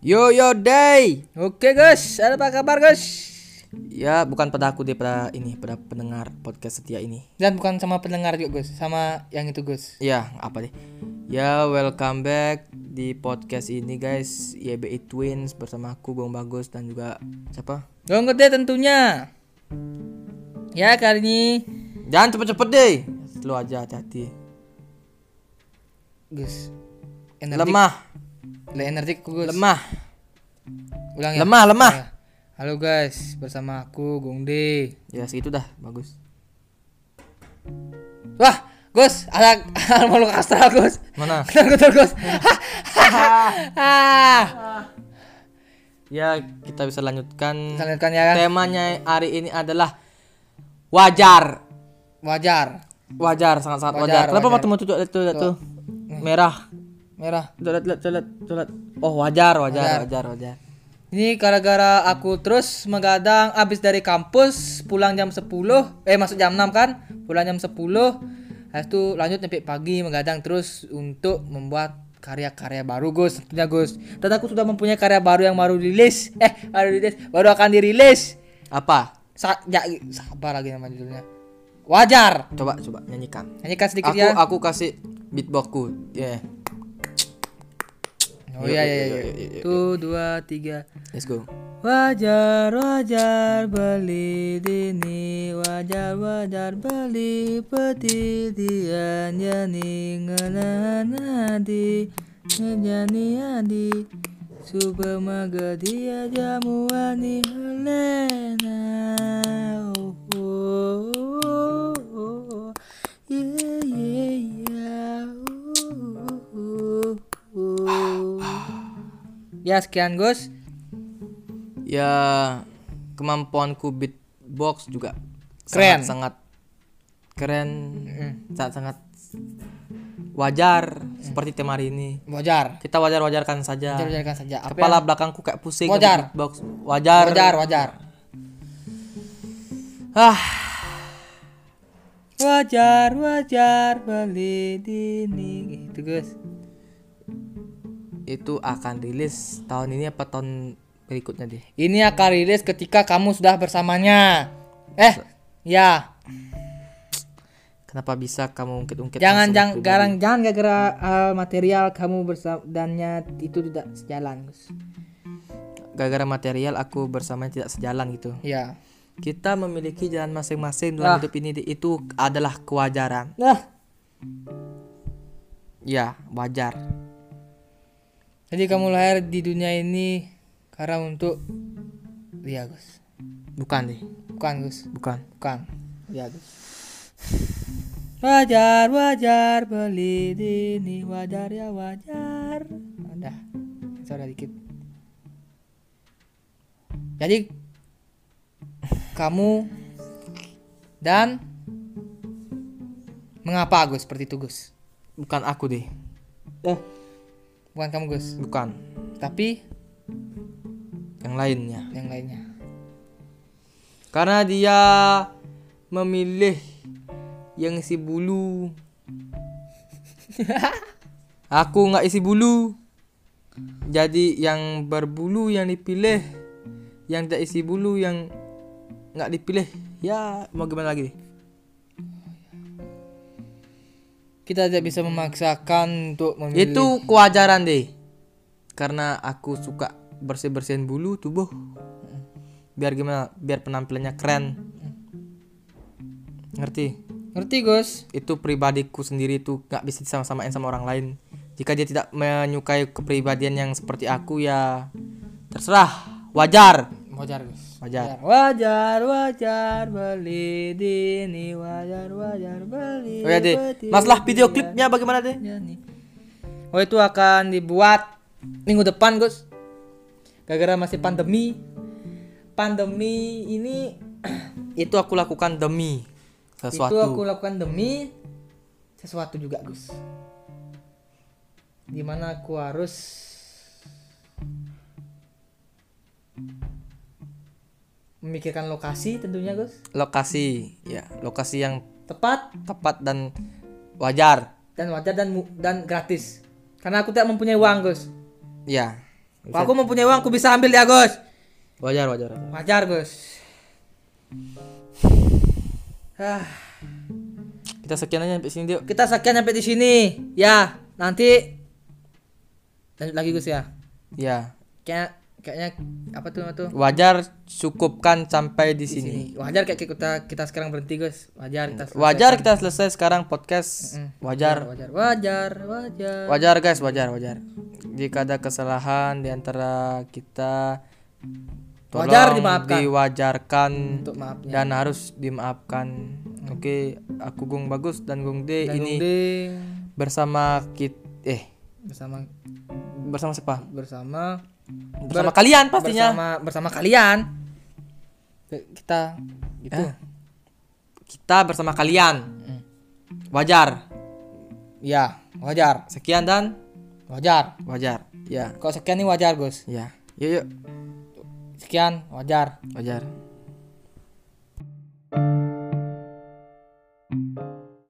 Yo yo day. Oke Gus, apa kabar Gus? Ya bukan pada aku deh, pada pendengar podcast setia ini. Dan bukan sama pendengar juga Gus, sama yang itu Gus. Ya apa deh. Ya welcome back di podcast ini guys, YBI Twins bersama aku Gong Bagus dan juga siapa? Gong Gede tentunya. Ya kali ini Jangan cepet-cepet deh, slow aja, hati-hati. Gus. Lemah. Energi Gus. Lemah. Ulang ya. Lemah. Ya. Halo guys, bersama aku Gong De. Ya segitu dah, bagus. Wah, Gus, ada makhluk astral Gus. Mana? Betul Gus. Ya kita bisa lanjutkan. Lanjutkan ya kan? Temanya hari ini adalah wajar. Wajar, Sangat-sangat Wajar, wajar. Kenapa wajar. matamu tuh merah? merah. Lihat. Oh, wajar. Ini gara-gara aku terus mengadang abis dari kampus pulang jam 10, masuk jam 6 kan, pulang jam 10. Habis itu lanjut sampai pagi mengadang terus untuk membuat karya-karya baru Gus, tentunya Gus. Dan aku sudah mempunyai karya baru yang baru akan dirilis. Apa? Sabar lagi nama judulnya. Wajar. Coba nyanyikan. Nyanyikan sedikit ya. Aku kasih beatboxku. Ya. Oh iya. 1, 2, 3. Let's go. Wajar beli dini, wajar beli petidian yani nganadi ngejani adi subemaga dia jamuani helena Ya sekian Gus. Ya, kemampuanku beatbox juga Keren. sangat keren. Sangat wajar seperti tema hari ini. Wajar. Kita wajar-wajarkan saja. Wajarkan saja. Apa Kepala yang- belakangku kayak pusing. Wajar. Beatbox. Wajar. Wajar beli dini gitu Gus. Itu akan rilis tahun ini apa tahun berikutnya deh? Ini akan rilis ketika kamu sudah bersamanya. Ya. Kenapa bisa kamu ungkit-ungkit? Jangan masalah pribadi? gara-gara material kamu bersamanya itu tidak sejalan, Gus. Gara-gara material aku bersama tidak sejalan gitu. Ya. Kita memiliki jalan masing-masing dalam hidup ini, itu adalah kewajaran. Nah, Ya, wajar. jadi kamu lahir di dunia ini karena untuk dia, Gus. Bukan deh. Bukan, Gus. Bukan. Ya, Gus. Wajar beli dini, wajar. Udah. Sudah dikit. Jadi kamu dan mengapa Gus seperti itu Gus? Bukan aku deh. Bukan kamu Gus, Bukan. tapi Yang lainnya. yang lainnya. Karena dia memilih yang isi bulu. Aku nggak isi bulu. Jadi yang berbulu yang dipilih, yang tidak isi bulu yang nggak dipilih. Ya mau gimana lagi? Kita tidak bisa memaksakan untuk memilih. Itu kewajaran deh. Karena aku suka bersih-bersihin bulu tubuh. Biar gimana? Biar penampilannya keren. Ngerti? Gus. Itu pribadiku sendiri tuh nggak bisa disama-samain sama orang lain. Jika dia tidak menyukai kepribadian yang seperti aku, ya terserah. Wajar Gus. Wajar beli dini, wajar beli. Oh ya deh. Masalah video klipnya bagaimana deh? Oh itu akan dibuat minggu depan Gus. Gara-gara masih pandemi ini Itu aku lakukan demi sesuatu. Itu aku lakukan demi sesuatu juga Gus. Dimana aku harus memikirkan lokasi tentunya Gus. Lokasi yang Tepat dan wajar. dan wajar dan gratis. Karena aku tidak mempunyai uang Gus. Ya, Kalau aku mau punya uang, aku bisa ambil ya, Gus. Wajar. Wajar, Gus. Kita sekian aja sampai sini, Dio. Kita sekian sampai di sini. Ya, nanti lanjut lagi, Gus ya. Ya. Kayaknya apa tuh? Wajar cukupkan sampai di sini. Wajar kayak kita sekarang berhenti, Gus. Wajar kita selesai. Wajar kita selesai sekarang podcast. Wajar. Wajar. Guys, wajar. Jika ada kesalahan di antara kita, tolong Wajar dimaafkan. diwajarkan Untuk maafnya. dan harus dimaafkan. Oke, aku Gung Bagus dan Gung D Dan ini Gung D bersama bersama siapa? bersama Kalian pastinya. Bersama kalian. Kita gitu. Kita bersama kalian. Wajar. Ya, wajar. Sekian dan Wajar. Ya. Kalau sekian nih wajar, Gus. Ya. Yuk. Sekian wajar. Wajar.